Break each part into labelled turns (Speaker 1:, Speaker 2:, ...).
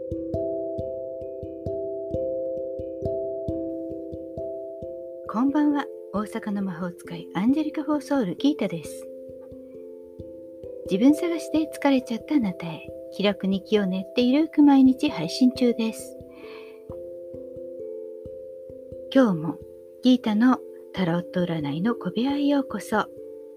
Speaker 1: こんばんは。大阪の魔法使いアンジェリカ・フォーソウル・ギータです。自分探しで疲れちゃったあなたへ、気楽に気を練っている毎日配信中です。今日もギータのタロット占いの小部屋へようこそ。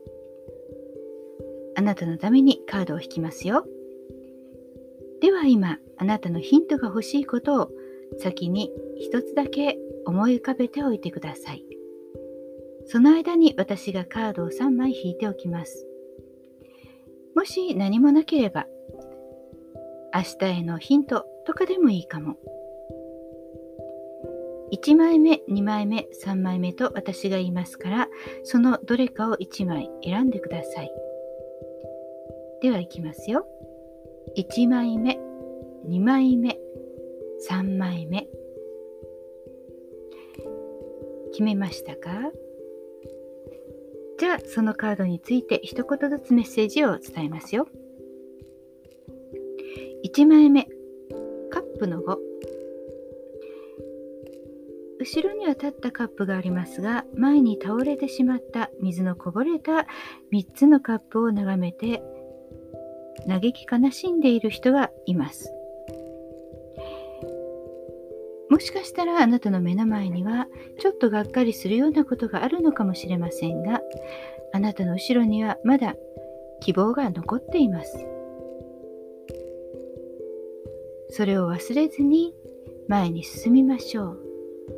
Speaker 1: あなたのためにカードを引きますよ。では今、あなたのヒントが欲しいことを先に一つだけ思い浮かべておいてください。その間に私がカードを3枚引いておきます。もし何もなければ、明日へのヒントとかでもいいかも。1枚目、2枚目、3枚目と私が言いますから、そのどれかを1枚選んでください。ではいきますよ。1枚目、2枚目、3枚目。決めましたか？じゃあそのカードについて一言ずつメッセージを伝えますよ。1枚目、カップの5。後ろには立ったカップがありますが、前に倒れてしまった水のこぼれた3つのカップを眺めて嘆き悲しんでいる人がいます。もしかしたらあなたの目の前にはちょっとがっかりするようなことがあるのかもしれませんが、あなたの後ろにはまだ希望が残っています。それを忘れずに前に進みましょう。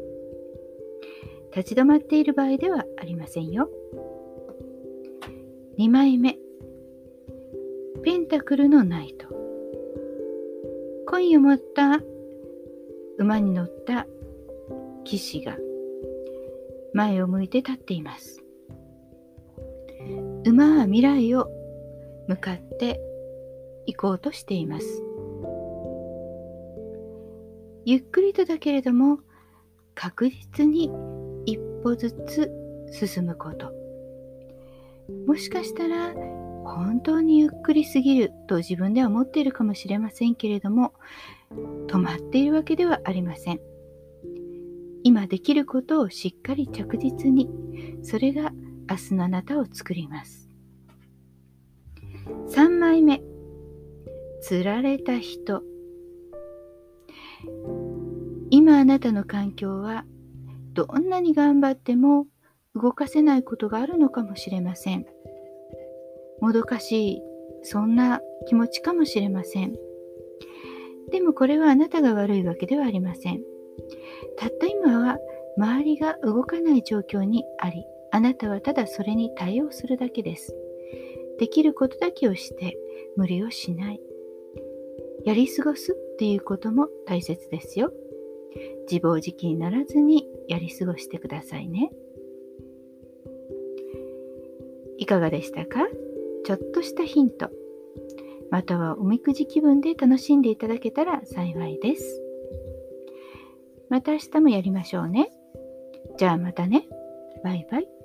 Speaker 1: 立ち止まっている場合ではありませんよ。2枚目、ペンタクルのナイト。コインを持った馬に乗った騎士が前を向いて立っています。馬は未来を向かって行こうとしています。ゆっくりとだけれども確実に一歩ずつ進むこと。もしかしたら本当にゆっくりすぎると自分では思っているかもしれませんけれども、止まっているわけではありません。今できることをしっかり着実に、それが明日のあなたを作ります。3枚目、釣られた人。今あなたの環境はどんなに頑張っても動かせないことがあるのかもしれません。もどかしい、そんな気持ちかもしれません。でもこれはあなたが悪いわけではありません。たった今は周りが動かない状況にあり、あなたはただそれに対応するだけです。できることだけをして無理をしない。やり過ごすっていうことも大切ですよ。自暴自棄にならずにやり過ごしてくださいね。いかがでしたか？ちょっとしたヒント、またはおみくじ気分で楽しんでいただけたら幸いです。また明日もやりましょうね。じゃあまたね。バイバイ。